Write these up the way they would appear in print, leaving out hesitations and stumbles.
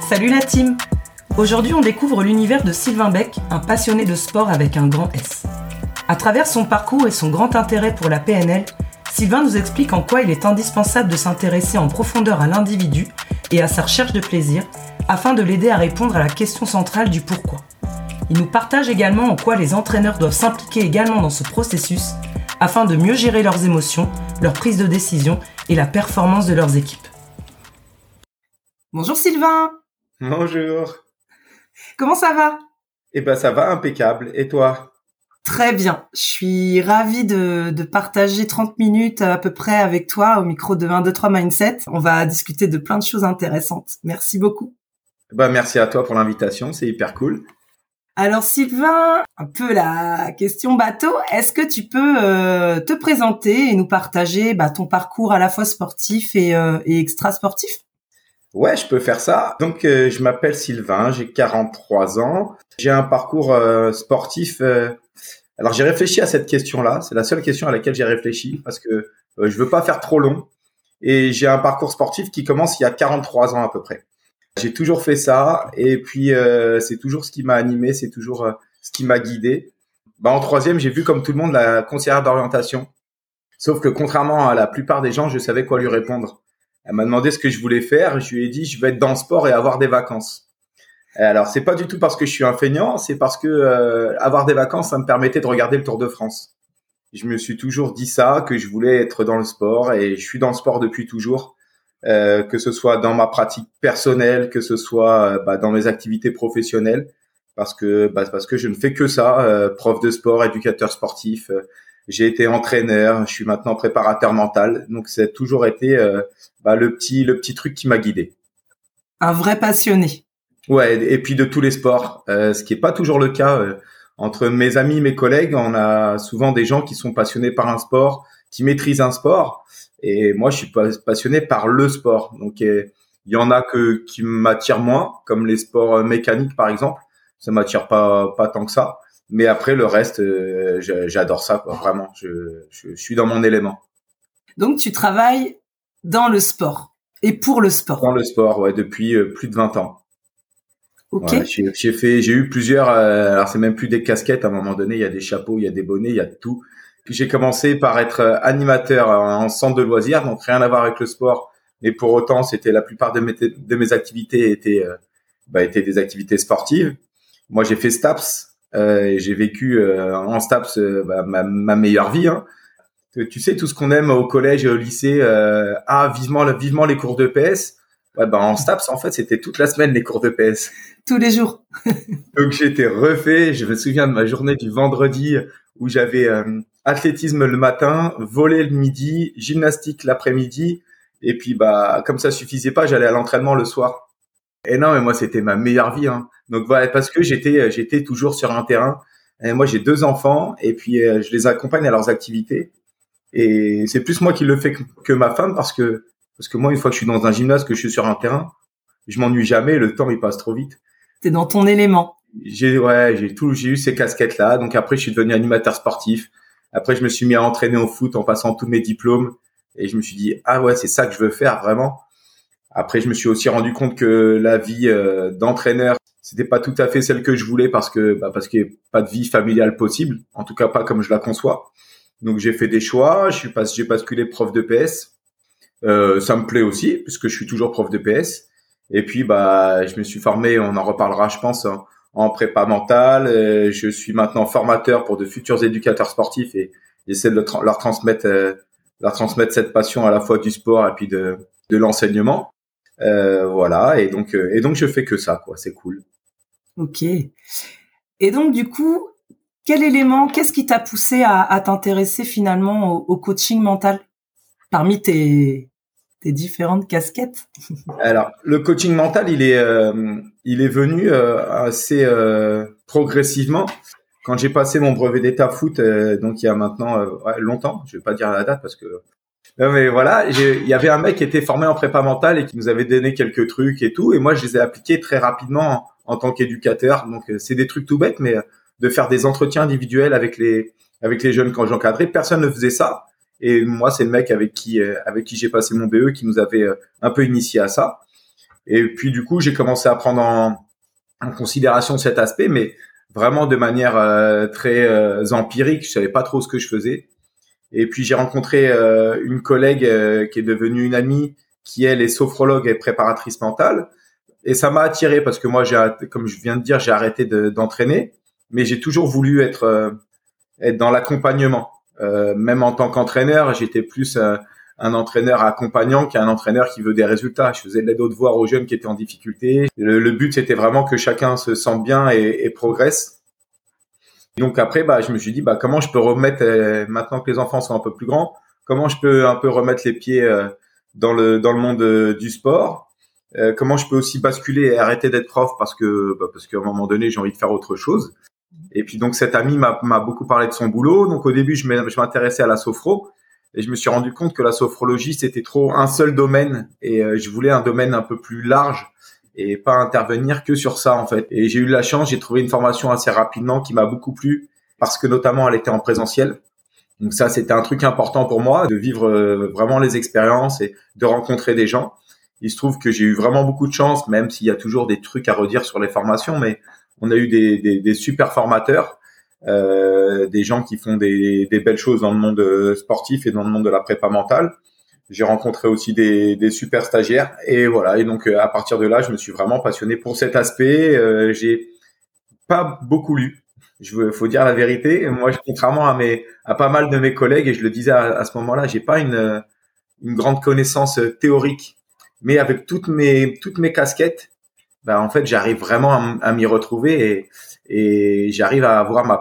Salut la team! Aujourd'hui, on découvre l'univers de Sylvain Bec, un passionné de sport avec un grand S. À travers son parcours et son grand intérêt pour la PNL, Sylvain nous explique en quoi il est indispensable de s'intéresser en profondeur à l'individu et à sa recherche de plaisir, afin de l'aider à répondre à la question centrale du pourquoi. Il nous partage également en quoi les entraîneurs doivent s'impliquer également dans ce processus, afin de mieux gérer leurs émotions, leur prise de décision et la performance de leurs équipes. Bonjour Sylvain! Bonjour. Comment ça va? Ça va impeccable. Et toi? Très bien. Je suis ravie de partager 30 minutes à peu près avec toi au micro de 1, 2, 3 Mindset. On va discuter de plein de choses intéressantes. Merci beaucoup. Merci à toi pour l'invitation. C'est hyper cool. Alors Sylvain, un peu la question bateau. Est-ce que tu peux te présenter et nous partager ton parcours à la fois sportif et extra-sportif? Ouais, je peux faire ça. Donc, je m'appelle Sylvain, j'ai 43 ans. J'ai un parcours sportif. Alors, j'ai réfléchi à cette question-là. C'est la seule question à laquelle j'ai réfléchi parce que je veux pas faire trop long. Et j'ai un parcours sportif qui commence il y a 43 ans à peu près. J'ai toujours fait ça et puis c'est toujours ce qui m'a animé, c'est toujours ce qui m'a guidé. En troisième, j'ai vu comme tout le monde la conseillère d'orientation. Sauf que contrairement à la plupart des gens, je savais quoi lui répondre. Elle m'a demandé ce que je voulais faire. Je lui ai dit, je vais être dans le sport et avoir des vacances. Alors, c'est pas du tout parce que je suis un feignant, c'est parce que avoir des vacances, ça me permettait de regarder le Tour de France. Je me suis toujours dit ça, que je voulais être dans le sport et je suis dans le sport depuis toujours, que ce soit dans ma pratique personnelle, que ce soit dans mes activités professionnelles, parce que je ne fais que ça, prof de sport, éducateur sportif. J'ai été entraîneur, je suis maintenant préparateur mental, donc c'est toujours été le petit truc qui m'a guidé. Un vrai passionné. Ouais, et puis de tous les sports, ce qui est pas toujours le cas entre mes amis, mes collègues. On a souvent des gens qui sont passionnés par un sport, qui maîtrisent un sport, et moi je suis passionné par le sport. Donc il y en a qui m'attirent moins, comme les sports mécaniques par exemple. Ça m'attire pas tant que ça. Mais après, le reste, j'adore ça, quoi. Vraiment, je suis dans mon élément. Donc, tu travailles dans le sport et pour le sport. Dans le sport, ouais, depuis plus de 20 ans. Ok. Ouais, j'ai eu plusieurs. Alors, c'est même plus des casquettes. À un moment donné, il y a des chapeaux, il y a des bonnets, il y a de tout. Puis j'ai commencé par être animateur en centre de loisirs, donc rien à voir avec le sport. Mais pour autant, c'était la plupart de mes activités étaient des activités sportives. Moi, j'ai fait STAPS. J'ai vécu en STAPS ma meilleure vie. Hein. Tu sais, tout ce qu'on aime au collège et au lycée, vivement les cours de PS. En STAPS, en fait, c'était toute la semaine les cours de PS. Tous les jours. Donc, j'étais refait. Je me souviens de ma journée du vendredi où j'avais athlétisme le matin, volley le midi, gymnastique l'après-midi. Et puis, comme ça suffisait pas, j'allais à l'entraînement le soir. Et non, mais moi, c'était ma meilleure vie. Hein. Donc voilà, parce que j'étais toujours sur un terrain. Et moi, j'ai 2 enfants et puis je les accompagne à leurs activités. Et c'est plus moi qui le fais que ma femme parce que moi, une fois que je suis dans un gymnase, que je suis sur un terrain, je m'ennuie jamais. Le temps, il passe trop vite. T'es dans ton élément. J'ai eu ces casquettes-là. Donc après, je suis devenu animateur sportif. Après, je me suis mis à entraîner au foot en passant tous mes diplômes. Et je me suis dit, ah ouais, c'est ça que je veux faire vraiment. Après, je me suis aussi rendu compte que la vie d'entraîneur, c'était pas tout à fait celle que je voulais parce qu'il n'y a pas de vie familiale possible, en tout cas pas comme je la conçois. Donc j'ai fait des choix, j'ai basculé prof de PS. Ça me plaît aussi puisque je suis toujours prof de PS. Et puis je me suis formé, on en reparlera je pense, en prépa mentale. Je suis maintenant formateur pour de futurs éducateurs sportifs et j'essaie de leur transmettre cette passion à la fois du sport et puis de l'enseignement. Voilà, et donc je fais que ça, quoi. C'est cool. Ok. Et donc du coup, qu'est-ce qui t'a poussé à t'intéresser finalement au coaching mental parmi tes différentes casquettes? Alors, le coaching mental, il est venu assez progressivement. Quand j'ai passé mon brevet d'état foot, donc il y a maintenant longtemps, je vais pas dire la date parce que non mais voilà, il y avait un mec qui était formé en prépa mentale et qui nous avait donné quelques trucs et tout, et moi je les ai appliqués très rapidement en tant qu'éducateur. Donc c'est des trucs tout bêtes, mais de faire des entretiens individuels avec les jeunes quand j'encadrais, personne ne faisait ça. Et moi c'est le mec avec qui j'ai passé mon BE qui nous avait un peu initié à ça. Et puis du coup, j'ai commencé à prendre en considération cet aspect, mais vraiment de manière très empirique. Je savais pas trop ce que je faisais. Et puis j'ai rencontré une collègue qui est devenue une amie, qui elle est sophrologue et préparatrice mentale. Et ça m'a attiré parce que moi, comme je viens de dire, j'ai arrêté d'entraîner, mais j'ai toujours voulu être dans l'accompagnement. Même en tant qu'entraîneur, j'étais plus un entraîneur accompagnant qu'un entraîneur qui veut des résultats. Je faisais de l'aide aux devoirs aux jeunes qui étaient en difficulté. Le but, c'était vraiment que chacun se sente bien et progresse. Donc après, je me suis dit, comment je peux remettre, maintenant que les enfants sont un peu plus grands, comment je peux un peu remettre les pieds dans le monde du sport. Comment je peux aussi basculer et arrêter d'être prof parce qu'à un moment donné, j'ai envie de faire autre chose. Et puis donc cet ami m'a beaucoup parlé de son boulot. Donc au début, je m'intéressais à la sophro et je me suis rendu compte que la sophrologie, c'était trop un seul domaine et je voulais un domaine un peu plus large et pas intervenir que sur ça en fait. Et j'ai eu la chance, j'ai trouvé une formation assez rapidement qui m'a beaucoup plu parce que notamment elle était en présentiel. Donc ça, c'était un truc important pour moi, de vivre vraiment les expériences et de rencontrer des gens. Il se trouve que j'ai eu vraiment beaucoup de chance, même s'il y a toujours des trucs à redire sur les formations, mais on a eu des super formateurs, des gens qui font des belles choses dans le monde sportif et dans le monde de la prépa mentale. J'ai rencontré aussi des super stagiaires et voilà. Et donc à partir de là, je me suis vraiment passionné pour cet aspect. J'ai pas beaucoup lu. Faut dire la vérité. Moi, contrairement à pas mal de mes collègues, et je le disais à ce moment-là, j'ai pas une grande connaissance théorique, mais avec toutes mes casquettes, en fait, j'arrive vraiment à m'y retrouver et j'arrive à avoir ma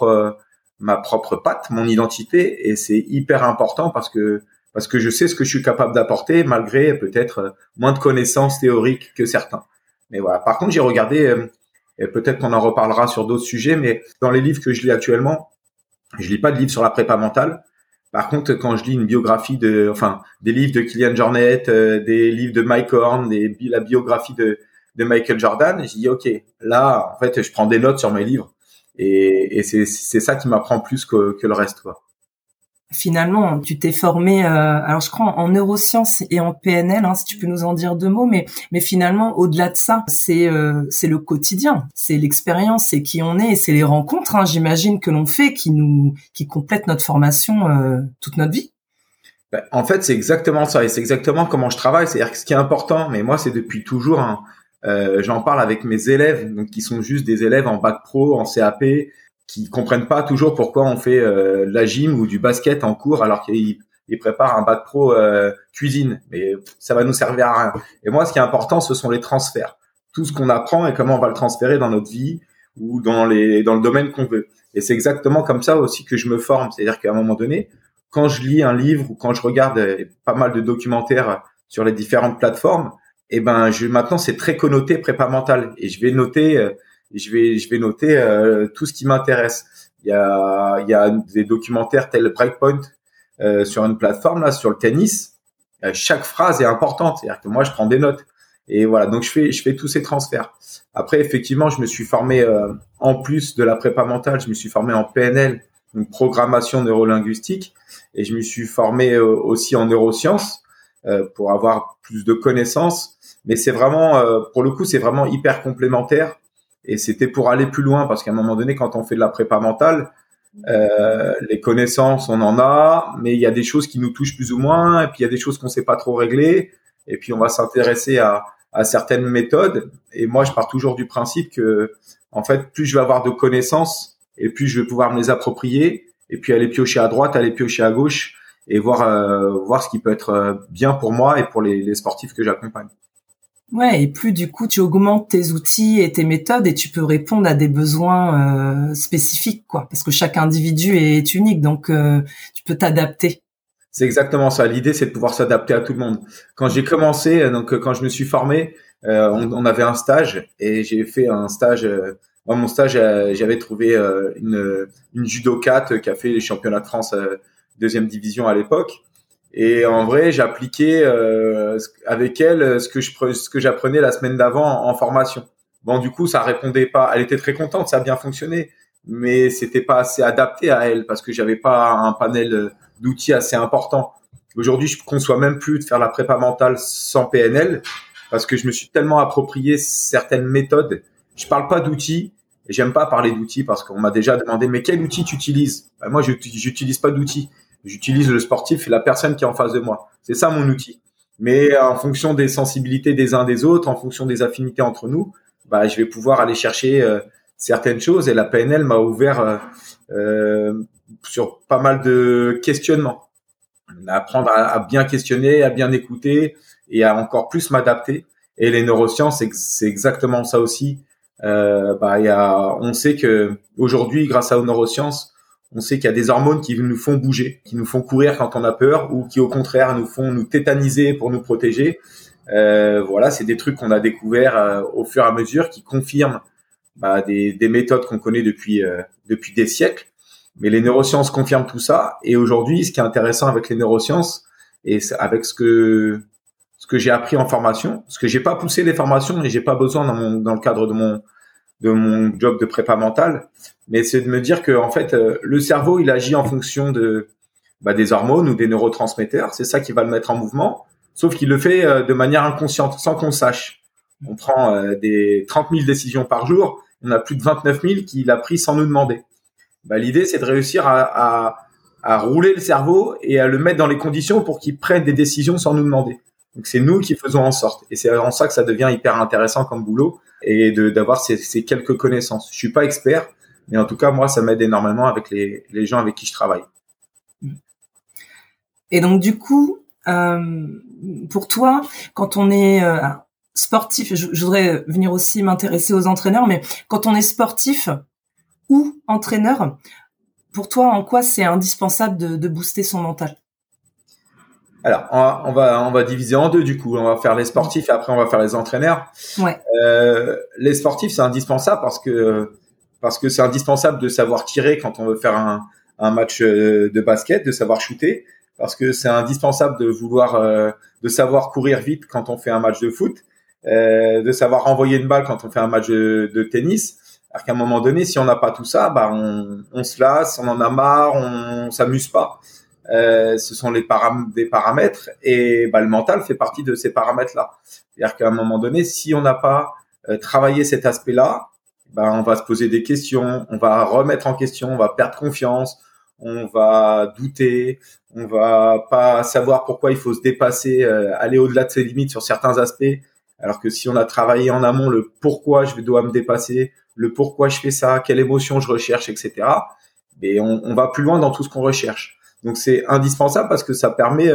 propre patte, mon identité, et c'est hyper important parce que je sais ce que je suis capable d'apporter malgré peut-être moins de connaissances théoriques que certains. Mais voilà. Par contre, j'ai regardé, et peut-être qu'on en reparlera sur d'autres sujets, mais dans les livres que je lis actuellement, je lis pas de livres sur la prépa mentale. Par contre, quand je lis une biographie des livres de Kilian Jornet, des livres de Mike Horn, la biographie de Michael Jordan, je dis ok, là, en fait, je prends des notes sur mes livres et c'est ça qui m'apprend plus que le reste, quoi. Finalement, tu t'es formé, alors je crois en neurosciences et en PNL, si tu peux nous en dire 2 mots, mais finalement, au-delà de ça, c'est le quotidien, c'est l'expérience, c'est qui on est, et c'est les rencontres, j'imagine, que l'on fait qui complètent notre formation toute notre vie. En fait, c'est exactement ça, et c'est exactement comment je travaille. C'est-à-dire que ce qui est important, mais moi, c'est depuis toujours. J'en parle avec mes élèves, donc qui sont juste des élèves en bac pro, en CAP, qui comprennent pas toujours pourquoi on fait de la gym ou du basket en cours alors qu'ils préparent un bac pro cuisine. Mais ça va nous servir à rien. Et moi, ce qui est important, ce sont les transferts. Tout ce qu'on apprend et comment on va le transférer dans notre vie ou dans le domaine qu'on veut. Et c'est exactement comme ça aussi que je me forme. C'est-à-dire qu'à un moment donné, quand je lis un livre ou quand je regarde pas mal de documentaires sur les différentes plateformes, maintenant c'est très connoté prépa mentale et je vais noter tout ce qui m'intéresse. Il y a des documentaires tels Breakpoint sur une plateforme là sur le tennis. Chaque phrase est importante, c'est-à-dire que moi je prends des notes et voilà, donc je fais tous ces transferts. Après effectivement, je me suis formé en plus de la prépa mentale, je me suis formé en PNL, donc programmation neurolinguistique, et je me suis formé aussi en neurosciences pour avoir plus de connaissances. Mais c'est vraiment, pour le coup, c'est vraiment hyper complémentaire. Et c'était pour aller plus loin parce qu'à un moment donné, quand on fait de la prépa mentale, les connaissances, on en a, mais il y a des choses qui nous touchent plus ou moins, et puis il y a des choses qu'on sait pas trop régler, et puis on va s'intéresser à certaines méthodes. Et moi, je pars toujours du principe que, en fait, plus je vais avoir de connaissances, et plus je vais pouvoir me les approprier, et puis aller piocher à droite, aller piocher à gauche, et voir ce qui peut être bien pour moi et pour les sportifs que j'accompagne. Ouais, et plus du coup tu augmentes tes outils et tes méthodes et tu peux répondre à des besoins spécifiques, quoi, parce que chaque individu est unique, donc tu peux t'adapter. C'est exactement ça. L'idée, c'est de pouvoir s'adapter à tout le monde. Quand j'ai commencé, donc quand je me suis formé, on avait un stage et j'ai fait un stage. Dans mon stage, j'avais trouvé une judokate qui a fait les championnats de France deuxième division à l'époque. Et en vrai, j'appliquais avec elle ce que j'apprenais la semaine d'avant en formation. Bon, du coup, ça répondait pas. Elle était très contente, ça a bien fonctionné, mais c'était pas assez adapté à elle parce que j'avais pas un panel d'outils assez important. Aujourd'hui, je conçois même plus de faire la prépa mentale sans PNL parce que je me suis tellement approprié certaines méthodes. Je parle pas d'outils, et j'aime pas parler d'outils parce qu'on m'a déjà demandé mais quel outil tu utilises? Ben, moi, j'utilise pas d'outils. J'utilise le sportif et la personne qui est en face de moi. C'est ça mon outil. Mais en fonction des sensibilités des uns des autres, en fonction des affinités entre nous, bah, je vais pouvoir aller chercher certaines choses. Et la PNL m'a ouvert sur pas mal de questionnements. Apprendre à bien questionner, à bien écouter et à encore plus m'adapter. Et les neurosciences, c'est exactement ça aussi. On sait que aujourd'hui, grâce aux neurosciences, on sait qu'il y a des hormones qui nous font bouger, qui nous font courir quand on a peur, ou qui au contraire nous font nous tétaniser pour nous protéger. Voilà, c'est des trucs qu'on a découverts au fur et à mesure, qui confirment des méthodes qu'on connaît depuis des siècles. Mais les neurosciences confirment tout ça. Et aujourd'hui, ce qui est intéressant avec les neurosciences et avec ce que j'ai appris en formation, parce que j'ai pas poussé les formations et j'ai pas besoin dans le cadre de mon job de prépa mentale, mais c'est de me dire que en fait le cerveau il agit en fonction des hormones ou des neurotransmetteurs, c'est ça qui va le mettre en mouvement, sauf qu'il le fait de manière inconsciente sans qu'on sache. On prend des 30 000 décisions par jour, on a plus de 29 000 qu'il a pris sans nous demander. L'idée c'est de réussir à rouler le cerveau et à le mettre dans les conditions pour qu'il prenne des décisions sans nous demander. Donc c'est nous qui faisons en sorte, et c'est en ça que ça devient hyper intéressant comme boulot, et d'avoir ces quelques connaissances. Je suis pas expert, mais en tout cas moi ça m'aide énormément avec les gens avec qui je travaille. Et donc du coup, pour toi, quand on est sportif, je voudrais venir aussi m'intéresser aux entraîneurs, mais quand on est sportif ou entraîneur, pour toi, en quoi c'est indispensable de booster son mental? Alors, on va diviser en deux du coup. On va faire les sportifs et après on va faire les entraîneurs. Ouais. Les sportifs, c'est indispensable parce que c'est indispensable de savoir tirer quand on veut faire un match de basket, de savoir shooter, parce que c'est indispensable de savoir courir vite quand on fait un match de foot, de savoir renvoyer une balle quand on fait un match de tennis. Alors qu'à un moment donné, si on n'a pas tout ça, on se lasse, on en a marre, on s'amuse pas. Ce sont des paramètres et le mental fait partie de ces paramètres-là. C'est-à-dire qu'à un moment donné, si on n'a pas travaillé cet aspect-là, on va se poser des questions, on va remettre en question, on va perdre confiance, on va douter, on va pas savoir pourquoi il faut se dépasser, aller au-delà de ses limites sur certains aspects. Alors que si on a travaillé en amont le pourquoi je dois me dépasser, le pourquoi je fais ça, quelle émotion je recherche, etc., on va plus loin dans tout ce qu'on recherche. Donc c'est indispensable parce que ça permet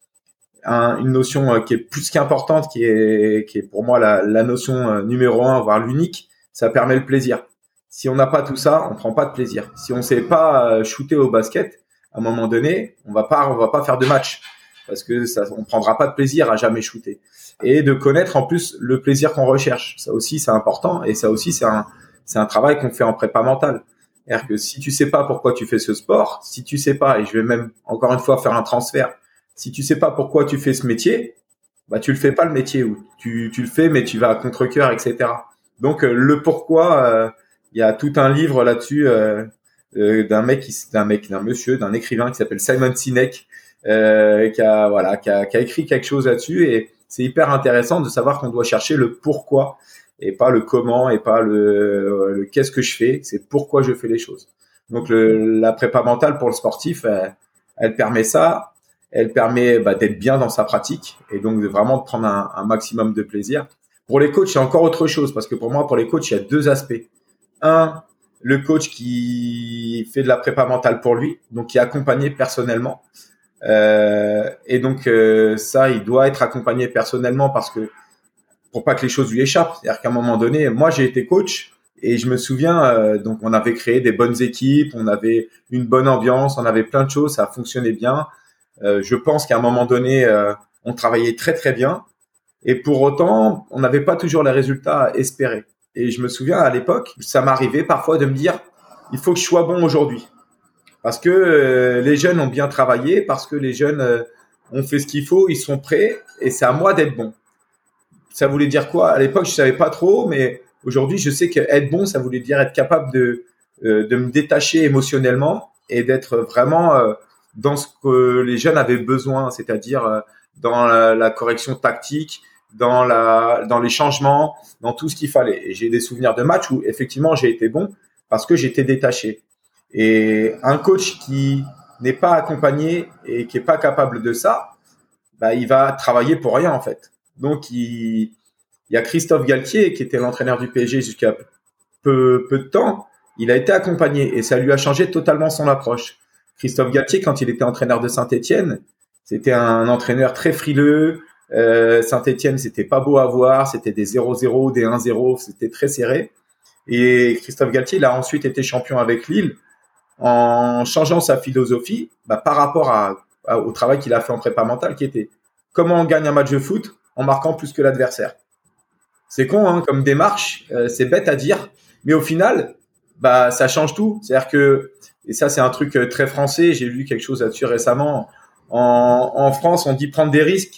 une notion qui est plus qu'importante, qui est pour moi la notion numéro 1, voire l'unique. Ça permet le plaisir. Si on n'a pas tout ça, on prend pas de plaisir. Si on sait pas shooter au basket, à un moment donné, on va pas faire de match parce que on prendra pas de plaisir à jamais shooter. Et de connaître en plus le plaisir qu'on recherche, ça aussi c'est important, et ça aussi c'est un travail qu'on fait en prépa mentale. C'est-à-dire que si tu sais pas pourquoi tu fais ce sport, si tu sais pas, et je vais même encore une fois faire un transfert, si tu sais pas pourquoi tu fais ce métier, tu le fais pas le métier, ou tu le fais mais tu vas à contre-cœur, etc. Donc le pourquoi, il y a tout un livre là-dessus d'un monsieur, d'un écrivain qui s'appelle Simon Sinek, qui a écrit quelque chose là-dessus, et c'est hyper intéressant de savoir qu'on doit chercher le pourquoi et pas le comment et pas le qu'est-ce que je fais, c'est pourquoi je fais les choses. Donc la prépa mentale pour le sportif, elle permet ça, elle permet d'être bien dans sa pratique et donc vraiment de prendre un maximum de plaisir. Pour les coachs, c'est encore autre chose, parce que pour moi, pour les coachs, il y a deux aspects. Un, le coach qui fait de la prépa mentale pour lui, donc qui est accompagné personnellement. Et donc ça, il doit être accompagné personnellement parce que pour pas que les choses lui échappent. C'est-à-dire qu'à un moment donné, moi j'ai été coach et je me souviens, donc on avait créé des bonnes équipes, on avait une bonne ambiance, on avait plein de choses, ça fonctionnait bien. Je pense qu'à un moment donné, on travaillait très très bien, et pour autant, on n'avait pas toujours les résultats espérés. Et je me souviens à l'époque, ça m'arrivait parfois de me dire, il faut que je sois bon aujourd'hui. Parce que les jeunes ont bien travaillé, parce que les jeunes ont fait ce qu'il faut, ils sont prêts, et c'est à moi d'être bon. Ça voulait dire quoi? À l'époque, je savais pas trop, mais aujourd'hui, je sais qu'être bon, ça voulait dire être capable de me détacher émotionnellement et d'être vraiment dans ce que les jeunes avaient besoin, c'est-à-dire dans la correction tactique, dans les changements, dans tout ce qu'il fallait. Et j'ai des souvenirs de matchs où effectivement j'ai été bon parce que j'étais détaché. Et un coach qui n'est pas accompagné et qui est pas capable de ça, bah il va travailler pour rien en fait. Donc il y a Christophe Galtier qui était l'entraîneur du PSG jusqu'à peu de temps. Il a été accompagné et ça lui a changé totalement son approche. Christophe Galtier, quand il était entraîneur de Saint-Étienne, c'était un entraîneur très frileux. Saint-Étienne, c'était pas beau à voir, c'était des 0-0, des 1-0, c'était très serré. Et Christophe Galtier, il a ensuite été champion avec Lille en changeant sa philosophie par rapport au travail qu'il a fait en prépa mentale, qui était comment on gagne un match de foot en marquant plus que l'adversaire. C'est con, hein, comme démarche, c'est bête à dire, mais au final, ça change tout. C'est-à-dire que, et ça c'est un truc très français, j'ai lu quelque chose là-dessus récemment. En France, on dit prendre des risques.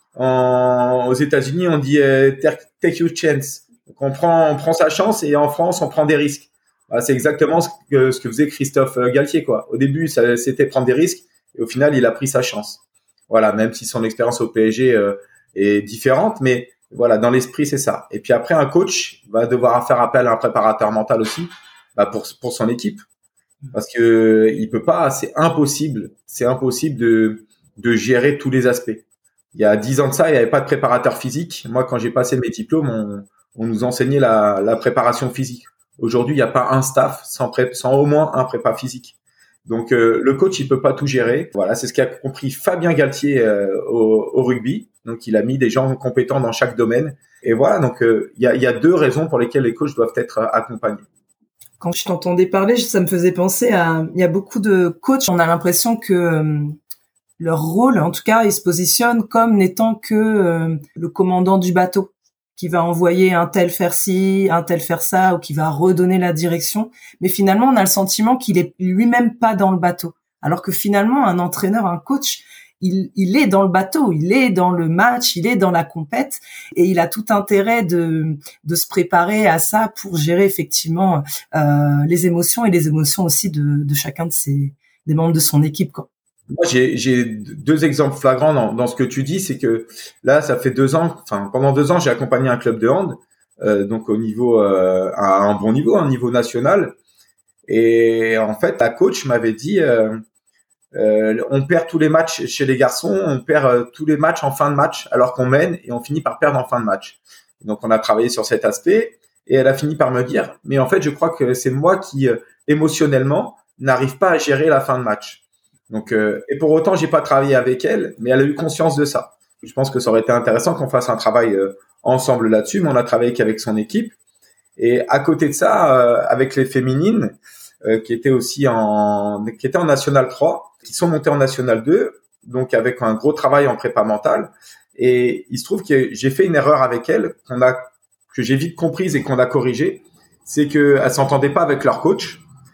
Aux États-Unis, on dit take your chance. Donc on prend sa chance, et en France, on prend des risques. C'est exactement ce que faisait Christophe Galtier, quoi. Au début, c'était prendre des risques, et au final, il a pris sa chance. Voilà, même si son expérience au PSG est différente, mais voilà, dans l'esprit, c'est ça. Et puis après, un coach va devoir faire appel à un préparateur mental aussi, pour son équipe, parce que il peut pas, c'est impossible de gérer tous les aspects. Il y a 10 ans de ça, il n'y avait pas de préparateur physique. Moi, quand j'ai passé mes diplômes, on nous enseignait la préparation physique. Aujourd'hui, il n'y a pas un staff sans au moins un prépa physique. Donc, le coach, il peut pas tout gérer. Voilà, c'est ce qu'a compris Fabien Galtier au rugby. Donc, il a mis des gens compétents dans chaque domaine. Et voilà, donc il y a deux raisons pour lesquelles les coachs doivent être accompagnés. Quand je t'entendais parler, ça me faisait penser il y a beaucoup de coachs, on a l'impression que leur rôle, en tout cas, ils se positionnent comme n'étant que le commandant du bateau, qui va envoyer un tel faire ci, un tel faire ça, ou qui va redonner la direction. Mais finalement, on a le sentiment qu'il est lui-même pas dans le bateau. Alors que finalement, un entraîneur, un coach, il est dans le bateau, il est dans le match, il est dans la compète, et il a tout intérêt de se préparer à ça pour gérer effectivement les émotions, et les émotions aussi de chacun des membres de son équipe, quoi. Moi, j'ai deux exemples flagrants dans ce que tu dis, c'est que là, ça fait 2 ans, pendant 2 ans, j'ai accompagné un club de hand, donc au niveau, à un bon niveau, un niveau national. Et en fait, la coach m'avait dit, on perd tous les matchs chez les garçons, on perd tous les matchs en fin de match, alors qu'on mène, et on finit par perdre en fin de match. Donc, on a travaillé sur cet aspect, et elle a fini par me dire, mais en fait, je crois que c'est moi qui, émotionnellement, n'arrive pas à gérer la fin de match. Donc, et pour autant, j'ai pas travaillé avec elle, mais elle a eu conscience de ça. Je pense que ça aurait été intéressant qu'on fasse un travail ensemble là-dessus, mais on a travaillé qu'avec son équipe. Et à côté de ça, avec les féminines, qui étaient en National 3, qui sont montées en National 2, donc avec un gros travail en prépa mentale. Et il se trouve que j'ai fait une erreur avec elles, que j'ai vite comprise et qu'on a corrigée. C'est qu'elles s'entendaient pas avec leur coach.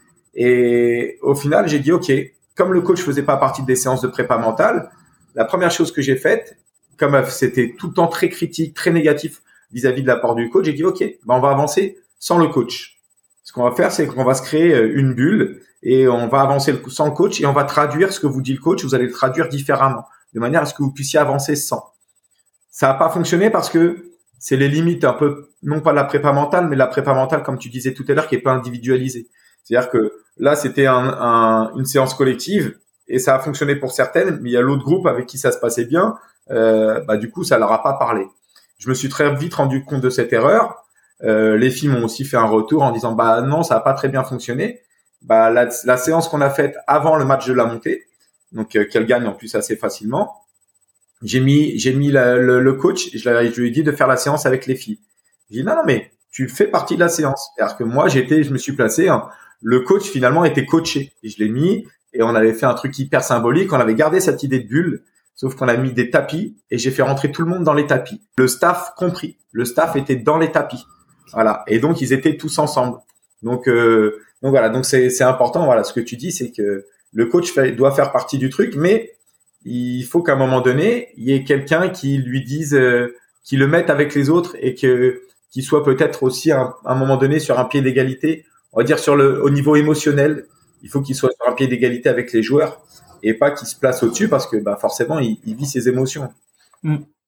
Et au final, j'ai dit, OK, comme le coach faisait pas partie des séances de prépa mentale, la première chose que j'ai faite, comme c'était tout le temps très critique, très négatif vis-à-vis de l'apport du coach, j'ai dit, OK, on va avancer sans le coach. Ce qu'on va faire, c'est qu'on va se créer une bulle et on va avancer sans le coach, et on va traduire ce que vous dit le coach, vous allez le traduire différemment, de manière à ce que vous puissiez avancer sans. Ça n'a pas fonctionné parce que c'est les limites un peu, non pas de la prépa mentale, mais de la prépa mentale, comme tu disais tout à l'heure, qui est pas individualisée. C'est-à-dire que là, c'était une séance collective, et ça a fonctionné pour certaines, mais il y a l'autre groupe avec qui ça se passait bien, du coup, ça leur a pas parlé. Je me suis très vite rendu compte de cette erreur. Les filles m'ont aussi fait un retour en disant, non, ça a pas très bien fonctionné. La séance qu'on a faite avant le match de la montée, donc qu'elle gagne en plus assez facilement, j'ai mis le coach, je lui ai dit de faire la séance avec les filles. J'ai dit, non, mais tu fais partie de la séance. C'est-à-dire que moi, je me suis placé, le coach finalement était coaché, et je l'ai mis, et on avait fait un truc hyper symbolique, on avait gardé cette idée de bulle, sauf qu'on a mis des tapis, et j'ai fait rentrer tout le monde dans les tapis. Le staff compris, le staff était dans les tapis. Voilà. Et donc, ils étaient tous ensemble. Donc voilà. Donc, c'est important. Voilà. Ce que tu dis, c'est que le coach doit faire partie du truc, mais il faut qu'à un moment donné, il y ait quelqu'un qui lui dise, qui le mette avec les autres, et qu'il soit peut-être aussi à un moment donné sur un pied d'égalité. On va dire au niveau émotionnel, il faut qu'il soit sur un pied d'égalité avec les joueurs, et pas qu'il se place au-dessus, parce que forcément, il vit ses émotions.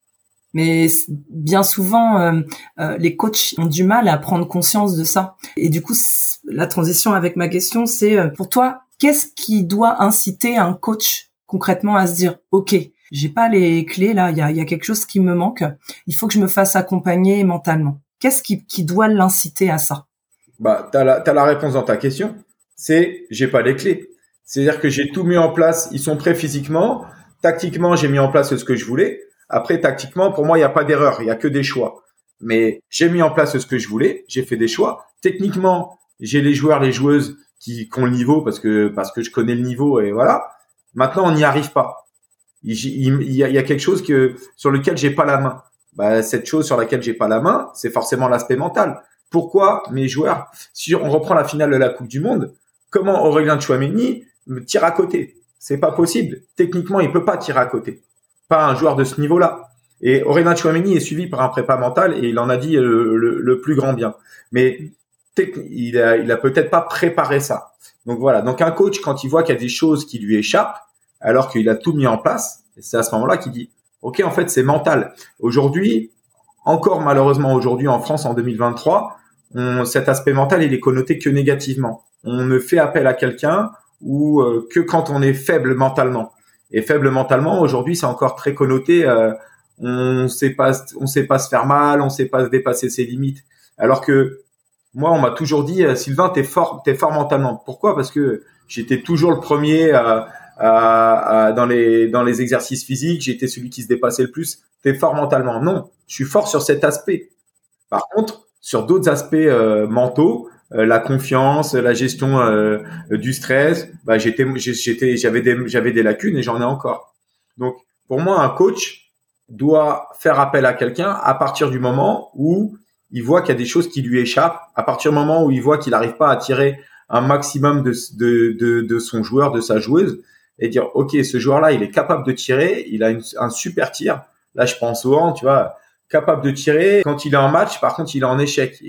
Mais bien souvent, les coachs ont du mal à prendre conscience de ça. Et du coup, la transition avec ma question, c'est pour toi, qu'est-ce qui doit inciter un coach concrètement à se dire, OK, j'ai pas les clés là, il y a quelque chose qui me manque, il faut que je me fasse accompagner mentalement. Qu'est-ce qui doit l'inciter à ça? Bah, t'as la réponse dans ta question. C'est, j'ai pas les clés. C'est-à-dire que j'ai tout mis en place. Ils sont prêts physiquement. Tactiquement, j'ai mis en place ce que je voulais. Après, tactiquement, pour moi, il n'y a pas d'erreur. Il y a que des choix. Mais j'ai mis en place ce que je voulais. J'ai fait des choix. Techniquement, j'ai les joueurs, les joueuses qui ont le niveau parce que je connais le niveau et voilà. Maintenant, on n'y arrive pas. Il y a quelque chose sur lequel j'ai pas la main. Bah, cette chose sur laquelle j'ai pas la main, c'est forcément l'aspect mental. Pourquoi mes joueurs, si on reprend la finale de la Coupe du Monde, comment Aurélien Tchouaméni me tire à côté? C'est pas possible. Techniquement, il peut pas tirer à côté. Pas un joueur de ce niveau-là. Et Aurélien Tchouaméni est suivi par un prépa mental et il en a dit le plus grand bien. Mais il a peut-être pas préparé ça. Donc voilà. Donc un coach, quand il voit qu'il y a des choses qui lui échappent, alors qu'il a tout mis en place, c'est à ce moment-là qu'il dit, OK, en fait, c'est mental. Aujourd'hui, encore malheureusement aujourd'hui en France en 2023, cet aspect mental, il est connoté que négativement. On ne fait appel à quelqu'un ou que quand on est faible mentalement. Et faible mentalement, aujourd'hui, c'est encore très connoté. On sait pas se faire mal, on sait pas se dépasser ses limites. Alors que moi, on m'a toujours dit, Sylvain, t'es fort mentalement. Pourquoi? Parce que j'étais toujours le premier dans les exercices physiques. J'étais celui qui se dépassait le plus. T'es fort mentalement. Non, je suis fort sur cet aspect. Par contre, sur d'autres aspects mentaux, la confiance, la gestion du stress, bah j'avais des lacunes et j'en ai encore. Donc pour moi, un coach doit faire appel à quelqu'un à partir du moment où il voit qu'il y a des choses qui lui échappent, à partir du moment où il voit qu'il n'arrive pas à tirer un maximum de son joueur, de sa joueuse, et dire OK, ce joueur-là, il est capable de tirer, il a un super tir. Là, je pense au hand, tu vois, capable de tirer. Quand il est en match, par contre, il est en échec.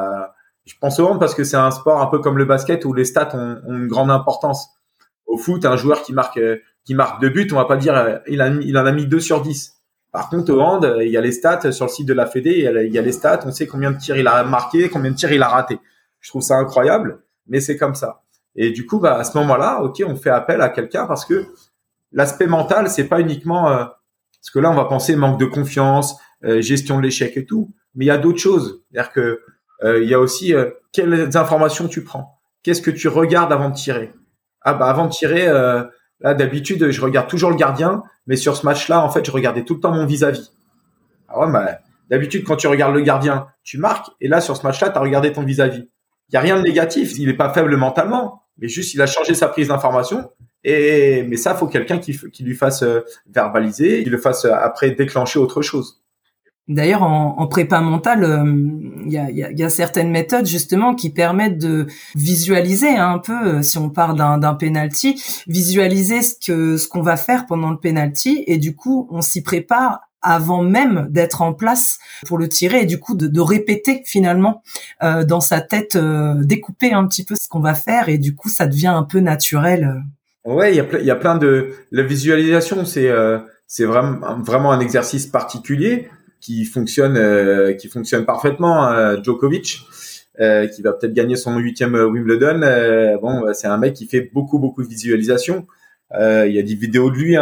Je pense au hand parce que c'est un sport un peu comme le basket où les stats ont une grande importance. Au foot, un joueur qui marque 2 buts, on va pas dire il en a mis 2 sur 10. Par contre, au hand, il y a les stats sur le site de la Fédé, il y a les stats, on sait combien de tirs il a marqué, combien de tirs il a raté. Je trouve ça incroyable, mais c'est comme ça. Et du coup, bah, à ce moment-là, OK, on fait appel à quelqu'un parce que l'aspect mental, c'est pas uniquement parce que là, on va penser manque de confiance, gestion de l'échec et tout, mais il y a d'autres choses. C'est-à-dire que il y a aussi quelles informations tu prends, qu'est-ce que tu regardes avant de tirer. Ah bah avant de tirer, là d'habitude, je regarde toujours le gardien, mais sur ce match-là, en fait, je regardais tout le temps mon vis-à-vis. Ah ouais, bah, d'habitude, quand tu regardes le gardien, tu marques, et là, sur ce match-là, tu as regardé ton vis-à-vis. Il y a rien de négatif, il est pas faible mentalement, mais juste il a changé sa prise d'information. Mais ça, faut quelqu'un qui lui fasse verbaliser, qui le fasse après déclencher autre chose. D'ailleurs, en prépa mentale, il y a certaines méthodes justement qui permettent de visualiser un peu, si on part d'un penalty, visualiser ce qu'on va faire pendant le penalty, et du coup, on s'y prépare avant même d'être en place pour le tirer, et du coup de répéter finalement dans sa tête, découper un petit peu ce qu'on va faire, et du coup, ça devient un peu naturel. Ouais, il y a plein de la visualisation, c'est vraiment un exercice particulier qui fonctionne parfaitement. Djokovic, qui va peut-être gagner son 8e Wimbledon. Bon, c'est un mec qui fait beaucoup de visualisation. Il y a des vidéos de lui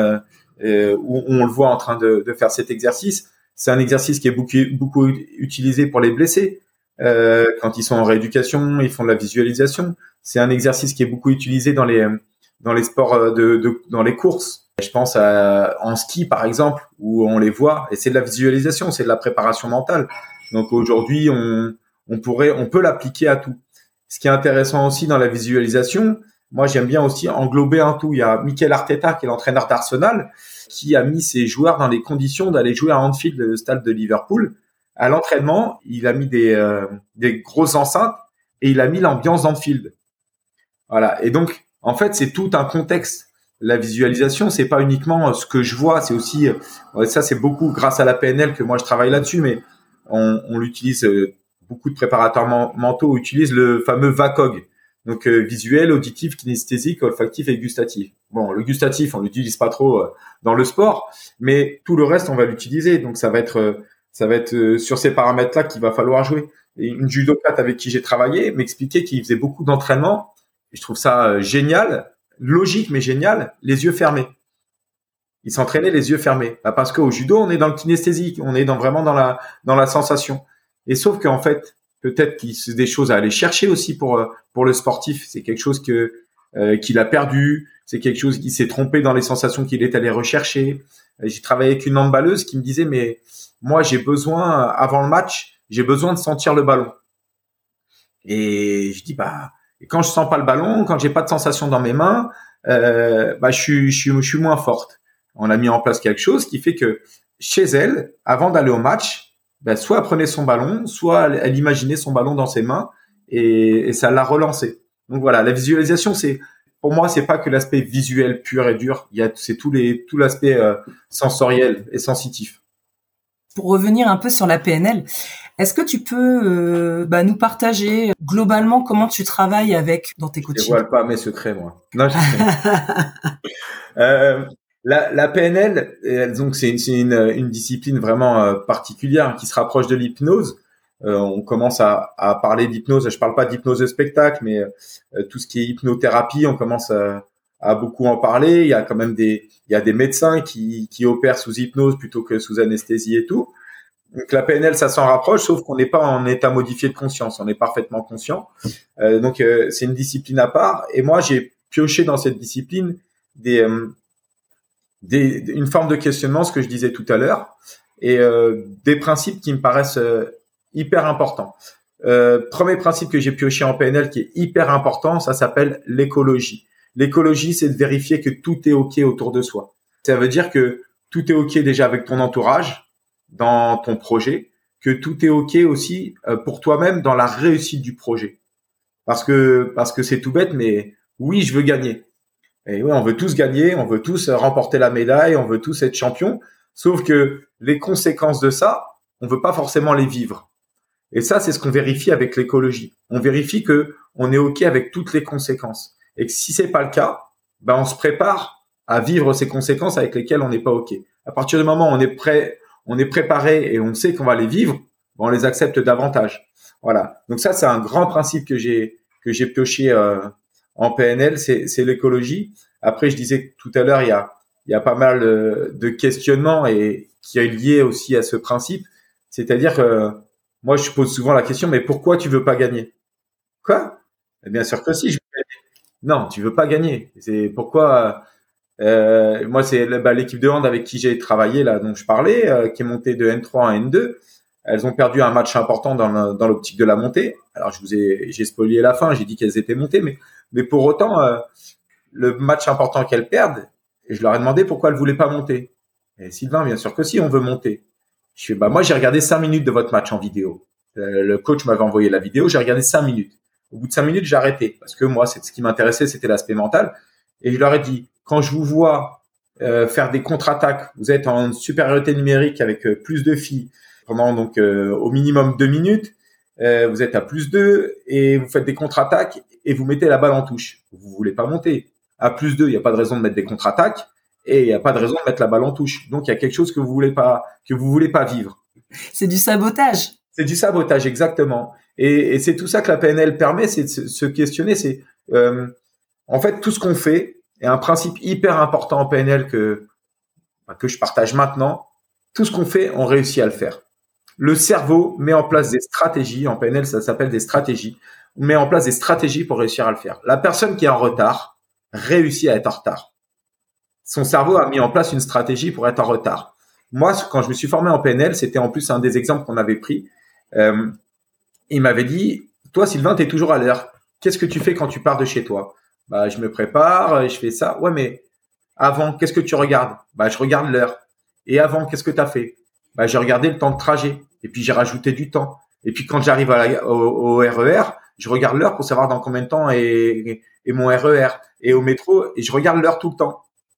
où on le voit en train de faire cet exercice. C'est un exercice qui est beaucoup utilisé pour les blessés. Quand ils sont en rééducation, ils font de la visualisation. C'est un exercice qui est beaucoup utilisé dans les sports dans les courses. Je pense en ski, par exemple, où on les voit, et c'est de la visualisation, c'est de la préparation mentale. Donc aujourd'hui, on peut l'appliquer à tout. Ce qui est intéressant aussi dans la visualisation, moi j'aime bien aussi englober un tout. Il y a Mikel Arteta, qui est l'entraîneur d'Arsenal, qui a mis ses joueurs dans les conditions d'aller jouer à Anfield, le stade de Liverpool. À l'entraînement, il a mis des grosses enceintes et il a mis l'ambiance d'Anfield. Voilà. Et donc, en fait, c'est tout un contexte. La visualisation, c'est pas uniquement ce que je vois, c'est aussi ça, c'est beaucoup grâce à la PNL que moi je travaille là-dessus, mais on l'utilise. Beaucoup de préparateurs mentaux utilisent le fameux VACOG. Donc visuel, auditif, kinesthésique, olfactif et gustatif. Bon, le gustatif, on l'utilise pas trop dans le sport, mais tout le reste, on va l'utiliser. Donc ça va être sur ces paramètres-là qu'il va falloir jouer. Et une judokate avec qui j'ai travaillé m'expliquait qu'il faisait beaucoup d'entraînement. Et je trouve ça génial, logique mais génial, les yeux fermés. Il s'entraînait les yeux fermés. Bah, parce qu'au judo, on est dans le kinesthésique, on est vraiment dans la sensation. Et sauf qu'en fait, peut-être qu'il y a des choses à aller chercher aussi pour le sportif. C'est quelque chose qu'il a perdu. C'est quelque chose qui s'est trompé dans les sensations qu'il est allé rechercher. J'ai travaillé avec une handballeuse qui me disait, mais moi, j'ai besoin, avant le match, j'ai besoin de sentir le ballon. Et je dis, bah, quand je sens pas le ballon, quand j'ai pas de sensation dans mes mains, bah, je suis moins forte. On a mis en place quelque chose qui fait que chez elle, avant d'aller au match, ben, soit elle prenait son ballon, soit elle imaginait son ballon dans ses mains et ça l'a relancé. Donc voilà, la visualisation, pour moi, c'est pas que l'aspect visuel pur et dur. C'est tout l'aspect sensoriel et sensitif. Pour revenir un peu sur la PNL, est-ce que tu peux nous partager globalement comment tu travailles dans tes coachings? Je dévoile pas mes secrets, moi. Non, La PNL, donc c'est une discipline vraiment particulière qui se rapproche de l'hypnose. On commence à parler d'hypnose. Je parle pas d'hypnose de spectacle, mais tout ce qui est hypnothérapie, on commence à beaucoup en parler. Il y a quand même il y a des médecins qui opèrent sous hypnose plutôt que sous anesthésie et tout. Donc la PNL, ça s'en rapproche, sauf qu'on n'est pas en état modifié de conscience. On est parfaitement conscient. Donc c'est une discipline à part. Et moi, j'ai pioché dans cette discipline une forme de questionnement, ce que je disais tout à l'heure, et des principes qui me paraissent hyper importants. Premier principe que j'ai pioché en PNL qui est hyper important, ça s'appelle l'écologie. L'écologie, c'est de vérifier que tout est OK autour de soi. Ça veut dire que tout est OK déjà avec ton entourage, dans ton projet, que tout est OK aussi pour toi-même dans la réussite du projet. Parce que c'est tout bête, mais oui, je veux gagner. Et oui, on veut tous gagner, on veut tous remporter la médaille, on veut tous être champions. Sauf que les conséquences de ça, on veut pas forcément les vivre. Et ça, c'est ce qu'on vérifie avec l'écologie. On vérifie que on est OK avec toutes les conséquences. Et que si c'est pas le cas, ben on se prépare à vivre ces conséquences avec lesquelles on n'est pas OK. À partir du moment où on est prêt, on est préparé et on sait qu'on va les vivre, ben on les accepte davantage. Voilà. Donc ça, c'est un grand principe que j'ai pioché en PNL, c'est l'écologie. Après, je disais tout à l'heure, il y a pas mal de questionnements et qui est lié aussi à ce principe. C'est-à-dire que moi, je pose souvent la question, mais pourquoi tu veux pas gagner? Quoi? Bien sûr que si, je veux gagner. Non, tu veux pas gagner. C'est pourquoi moi, c'est l'équipe de hand avec qui j'ai travaillé là, dont je parlais, qui est montée de N3 à N2. Elles ont perdu un match important dans l'optique de la montée. Alors, j'ai spoilé la fin, j'ai dit qu'elles étaient montées, mais pour autant, le match important qu'elles perdent, et je leur ai demandé pourquoi elles voulaient pas monter. Et Sylvain, bien sûr que si, on veut monter. Je fais, moi, j'ai regardé 5 minutes de votre match en vidéo. Le coach m'avait envoyé la vidéo, j'ai regardé 5 minutes. Au bout de 5 minutes, j'ai arrêté parce que moi, ce qui m'intéressait, c'était l'aspect mental. Et je leur ai dit, quand je vous vois faire des contre-attaques, vous êtes en supériorité numérique avec plus de filles pendant donc au minimum 2 minutes. Vous êtes à +2 et vous faites des contre-attaques et vous mettez la balle en touche. Vous voulez pas monter. À +2, il n'y a pas de raison de mettre des contre-attaques et il n'y a pas de raison de mettre la balle en touche. Donc, il y a quelque chose que vous voulez pas vivre. C'est du sabotage. C'est du sabotage, exactement. Et c'est tout ça que la PNL permet, c'est de se questionner. C'est en fait tout ce qu'on fait est un principe hyper important en PNL que je partage maintenant. Tout ce qu'on fait, on réussit à le faire. Le cerveau met en place des stratégies. En PNL, ça s'appelle des stratégies. On met en place des stratégies pour réussir à le faire. La personne qui est en retard réussit à être en retard. Son cerveau a mis en place une stratégie pour être en retard. Moi, quand je me suis formé en PNL, c'était en plus un des exemples qu'on avait pris. Il m'avait dit, toi, Sylvain, t'es toujours à l'heure. Qu'est-ce que tu fais quand tu pars de chez toi? Je me prépare, je fais ça. Ouais, mais avant, qu'est-ce que tu regardes? Je regarde l'heure. Et avant, qu'est-ce que tu as fait? J'ai regardé le temps de trajet. Et puis, j'ai rajouté du temps. Et puis, quand j'arrive au RER, je regarde l'heure pour savoir dans combien de temps est mon RER. Et au métro, et je regarde l'heure tout le temps.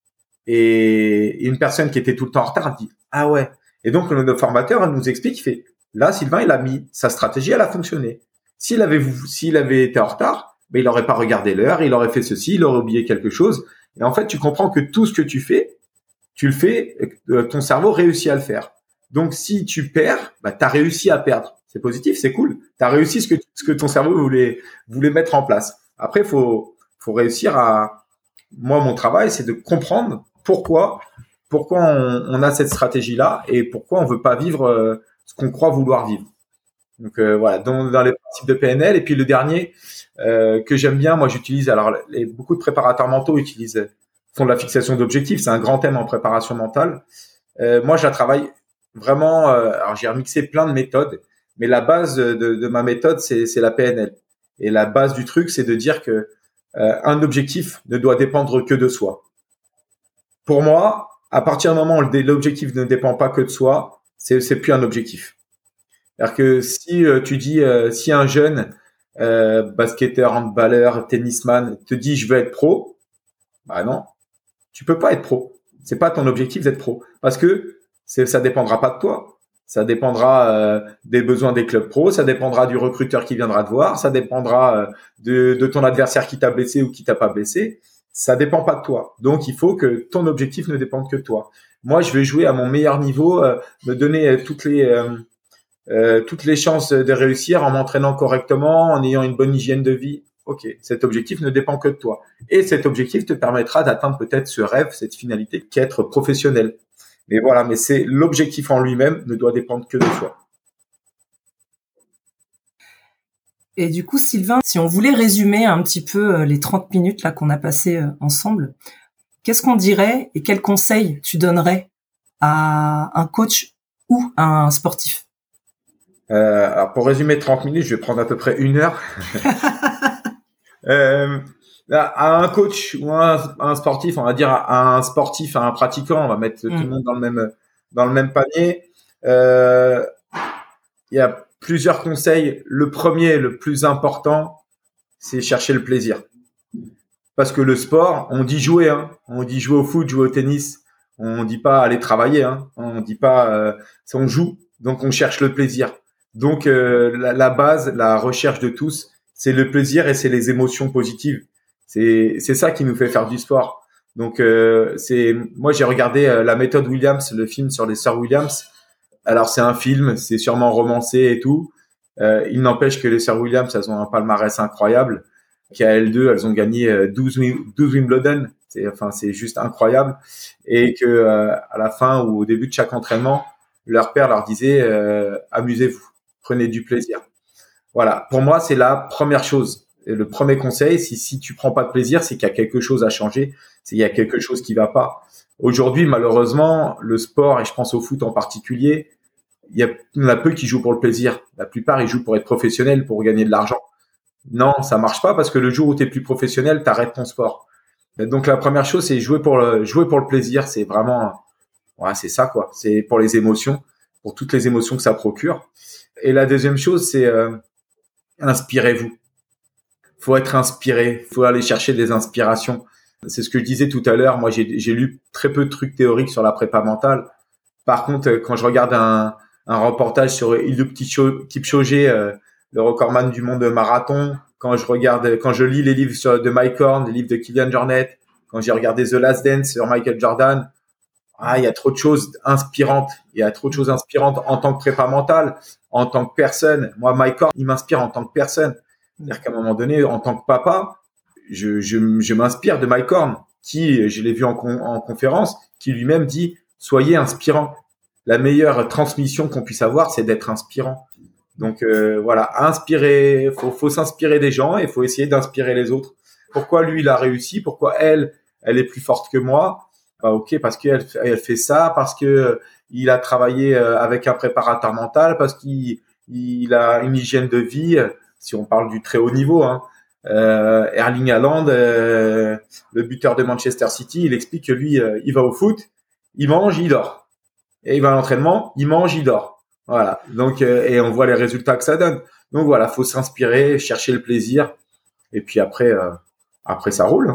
Et une personne qui était tout le temps en retard, elle dit, ah ouais. Et donc, le formateur, elle nous explique, il fait, là, Sylvain, il a mis sa stratégie, elle a fonctionné. S'il avait été en retard, mais il aurait pas regardé l'heure, il aurait fait ceci, il aurait oublié quelque chose. Et en fait, tu comprends que tout ce que tu fais, tu le fais, ton cerveau réussit à le faire. Donc, si tu perds, bah, t'as réussi à perdre. C'est positif, c'est cool. T'as réussi ce que ton cerveau voulait mettre en place. Après, faut réussir à, moi, mon travail, c'est de comprendre pourquoi on a cette stratégie-là et pourquoi on veut pas vivre ce qu'on croit vouloir vivre. Donc voilà, dans les principes de PNL. Et puis le dernier que j'aime bien, moi j'utilise, alors beaucoup de préparateurs mentaux font de la fixation d'objectifs, c'est un grand thème en préparation mentale. Moi je la travaille vraiment, alors j'ai remixé plein de méthodes, mais la base de ma méthode c'est la PNL. Et la base du truc c'est de dire que un objectif ne doit dépendre que de soi. Pour moi, à partir du moment où l'objectif ne dépend pas que de soi, c'est plus un objectif. C'est-à-dire que si tu dis, si un jeune basketteur, handballeur, tennisman te dit je veux être pro, bah non, tu peux pas être pro. C'est pas ton objectif d'être pro parce que ça dépendra pas de toi. Ça dépendra des besoins des clubs pro, ça dépendra du recruteur qui viendra te voir, ça dépendra de ton adversaire qui t'a blessé ou qui t'a pas blessé. Ça dépend pas de toi. Donc il faut que ton objectif ne dépende que de toi. Moi, je vais jouer à mon meilleur niveau, me donner toutes les chances de réussir en m'entraînant correctement, en ayant une bonne hygiène de vie. Ok, cet objectif ne dépend que de toi. Et cet objectif te permettra d'atteindre peut-être ce rêve, cette finalité qu'être professionnel. Mais voilà, mais c'est l'objectif en lui-même ne doit dépendre que de soi. Et du coup, Sylvain, si on voulait résumer un petit peu les 30 minutes là qu'on a passées ensemble, qu'est-ce qu'on dirait et quels conseils tu donnerais à un coach ou à un sportif? Alors pour résumer 30 minutes, je vais prendre à peu près 1 heure. À un coach ou un sportif, on va dire à un sportif, à un pratiquant, on va mettre tout le monde dans le même panier. Il y a plusieurs conseils. Le premier, le plus important, c'est chercher le plaisir. Parce que le sport, on dit jouer, hein. On dit jouer au foot, jouer au tennis. On dit pas aller travailler, hein. On dit pas, on joue. Donc on cherche le plaisir. Donc la base, la recherche de tous, c'est le plaisir et c'est les émotions positives. C'est ça qui nous fait faire du sport. Donc moi j'ai regardé la méthode Williams, le film sur les sœurs Williams. Alors c'est un film, c'est sûrement romancé et tout. Il n'empêche que les sœurs Williams, elles ont un palmarès incroyable. Qu'à elles deux, elles ont gagné 12 Wimbledon. C'est juste incroyable. Et que à la fin ou au début de chaque entraînement, leur père leur disait amusez-vous, prenez du plaisir. Voilà. Pour moi, c'est la première chose. Et le premier conseil, si tu prends pas de plaisir, c'est qu'il y a quelque chose à changer, c'est qu'il y a quelque chose qui va pas. Aujourd'hui, malheureusement, le sport, et je pense au foot en particulier, il y en a peu qui jouent pour le plaisir. La plupart, ils jouent pour être professionnels, pour gagner de l'argent. Non, ça marche pas parce que le jour où tu es plus professionnel, t'arrêtes ton sport. Donc la première chose, c'est jouer pour le plaisir. C'est vraiment, ouais, c'est ça quoi. C'est pour les émotions, pour toutes les émotions que ça procure. Et la deuxième chose, c'est inspirez-vous. Faut être inspiré. Faut aller chercher des inspirations. C'est ce que je disais tout à l'heure. Moi, j'ai lu très peu de trucs théoriques sur la prépa mentale. Par contre, quand je regarde un reportage sur Eliud Kipchoge, le recordman du monde de marathon, quand je lis les livres de Mike Horn, les livres de Kylian Jornet, quand j'ai regardé The Last Dance sur Michael Jordan, il y a trop de choses inspirantes. Il y a trop de choses inspirantes en tant que prépa mentale, en tant que personne. Moi, Mike Horn, il m'inspire en tant que personne. C'est-à-dire qu'à un moment donné, en tant que papa, je m'inspire de Mike Horn, qui, je l'ai vu en conférence, qui lui-même dit « Soyez inspirant ». La meilleure transmission qu'on puisse avoir, c'est d'être inspirant. Donc voilà, inspirer, faut s'inspirer des gens et faut essayer d'inspirer les autres. Pourquoi lui il a réussi, pourquoi elle est plus forte que moi? Bah ok, parce qu'elle fait ça, parce que il a travaillé avec un préparateur mental, parce qu'il a une hygiène de vie. Si on parle du très haut niveau, hein. Erling Haaland, le buteur de Manchester City, il explique que lui, il va au foot, il mange, il dort, et il va à l'entraînement, il mange, il dort. Voilà. Donc, et on voit les résultats que ça donne. Donc voilà, faut s'inspirer, chercher le plaisir, et puis après ça roule.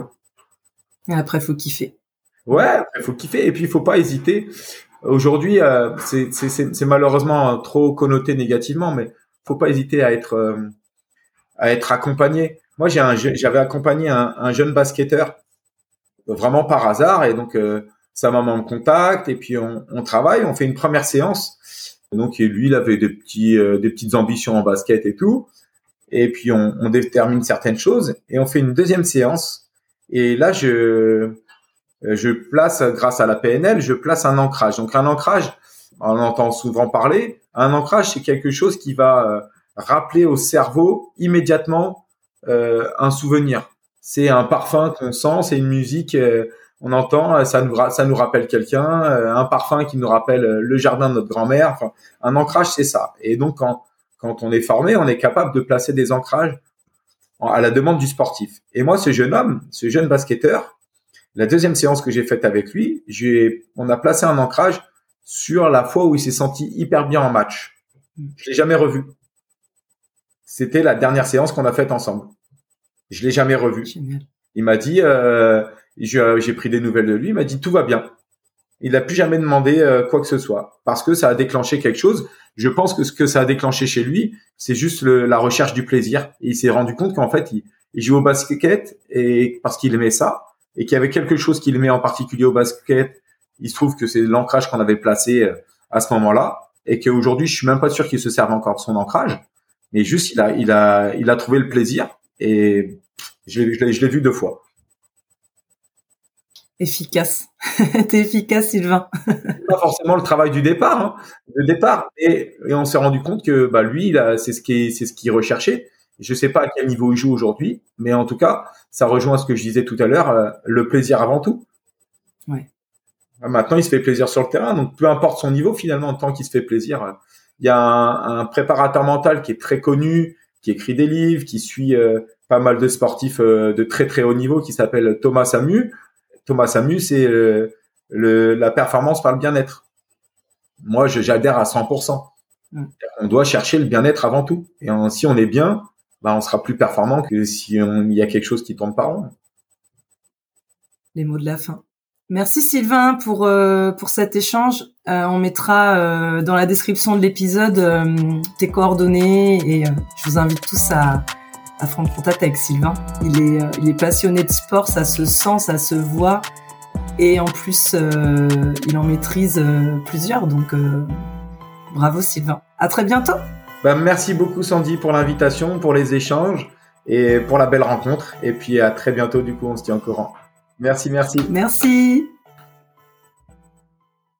Et après, faut kiffer. Ouais, après faut kiffer, et puis il faut pas hésiter. Aujourd'hui, c'est malheureusement trop connoté négativement, mais faut pas hésiter à être accompagné. moi, j'avais accompagné un jeune basketteur vraiment par hasard, et donc sa maman me contacte, et puis on travaille, on fait une première séance. Donc lui, il avait des petites ambitions en basket et tout, et puis on détermine certaines choses, et on fait une deuxième séance. Et là, je place, grâce à la PNL, je place un ancrage. Donc un ancrage, on entend souvent parler. Un ancrage, c'est quelque chose qui va rappeler au cerveau immédiatement un souvenir. C'est un parfum qu'on sent, c'est une musique, on entend, ça nous rappelle quelqu'un, un parfum qui nous rappelle le jardin de notre grand-mère. Enfin, un ancrage, c'est ça. Et donc, quand on est formé, on est capable de placer des ancrages à la demande du sportif. Et moi, ce jeune basketteur, la deuxième séance que j'ai faite avec lui, on a placé un ancrage sur la fois où il s'est senti hyper bien en match. Je l'ai jamais revu. C'était la dernière séance qu'on a faite ensemble. Je l'ai jamais revu. Génial. Il m'a dit, j'ai pris des nouvelles de lui, il m'a dit tout va bien. Il n'a plus jamais demandé quoi que ce soit parce que ça a déclenché quelque chose. Je pense que ce que ça a déclenché chez lui, c'est juste la recherche du plaisir. Et il s'est rendu compte qu'en fait, il joue au basket et parce qu'il aimait ça, et qu'il y avait quelque chose qu'il aimait en particulier au basket. Il se trouve que c'est l'ancrage qu'on avait placé à ce moment-là, et qu'aujourd'hui, je suis même pas sûr qu'il se serve encore de son ancrage, mais juste il a trouvé le plaisir, et je l'ai vu 2 fois. Efficace. T'es efficace, Sylvain. Pas forcément le travail du départ, et on s'est rendu compte que lui, c'est ce qu'il recherchait. Je sais pas à quel niveau il joue aujourd'hui, mais en tout cas, ça rejoint ce que je disais tout à l'heure, le plaisir avant tout. Ouais. Maintenant, il se fait plaisir sur le terrain, donc peu importe son niveau, finalement, tant qu'il se fait plaisir. Il y a un préparateur mental qui est très connu, qui écrit des livres, qui suit pas mal de sportifs de très très haut niveau, qui s'appelle Thomas Samu. Thomas Samu, c'est la performance par le bien-être. Moi, j'adhère à 100%. On doit chercher le bien-être avant tout. Et si on est bien, on sera plus performant que si il y a quelque chose qui tombe par rond. Les mots de la fin. Merci Sylvain pour cet échange. On mettra dans la description de l'épisode tes coordonnées, et je vous invite tous à prendre contact avec Sylvain. Il est passionné de sport, ça se sent, ça se voit, et en plus il en maîtrise plusieurs, donc bravo Sylvain. À très bientôt. Merci beaucoup Sandy pour l'invitation, pour les échanges et pour la belle rencontre, et puis à très bientôt, du coup on se tient au courant. Merci. Merci.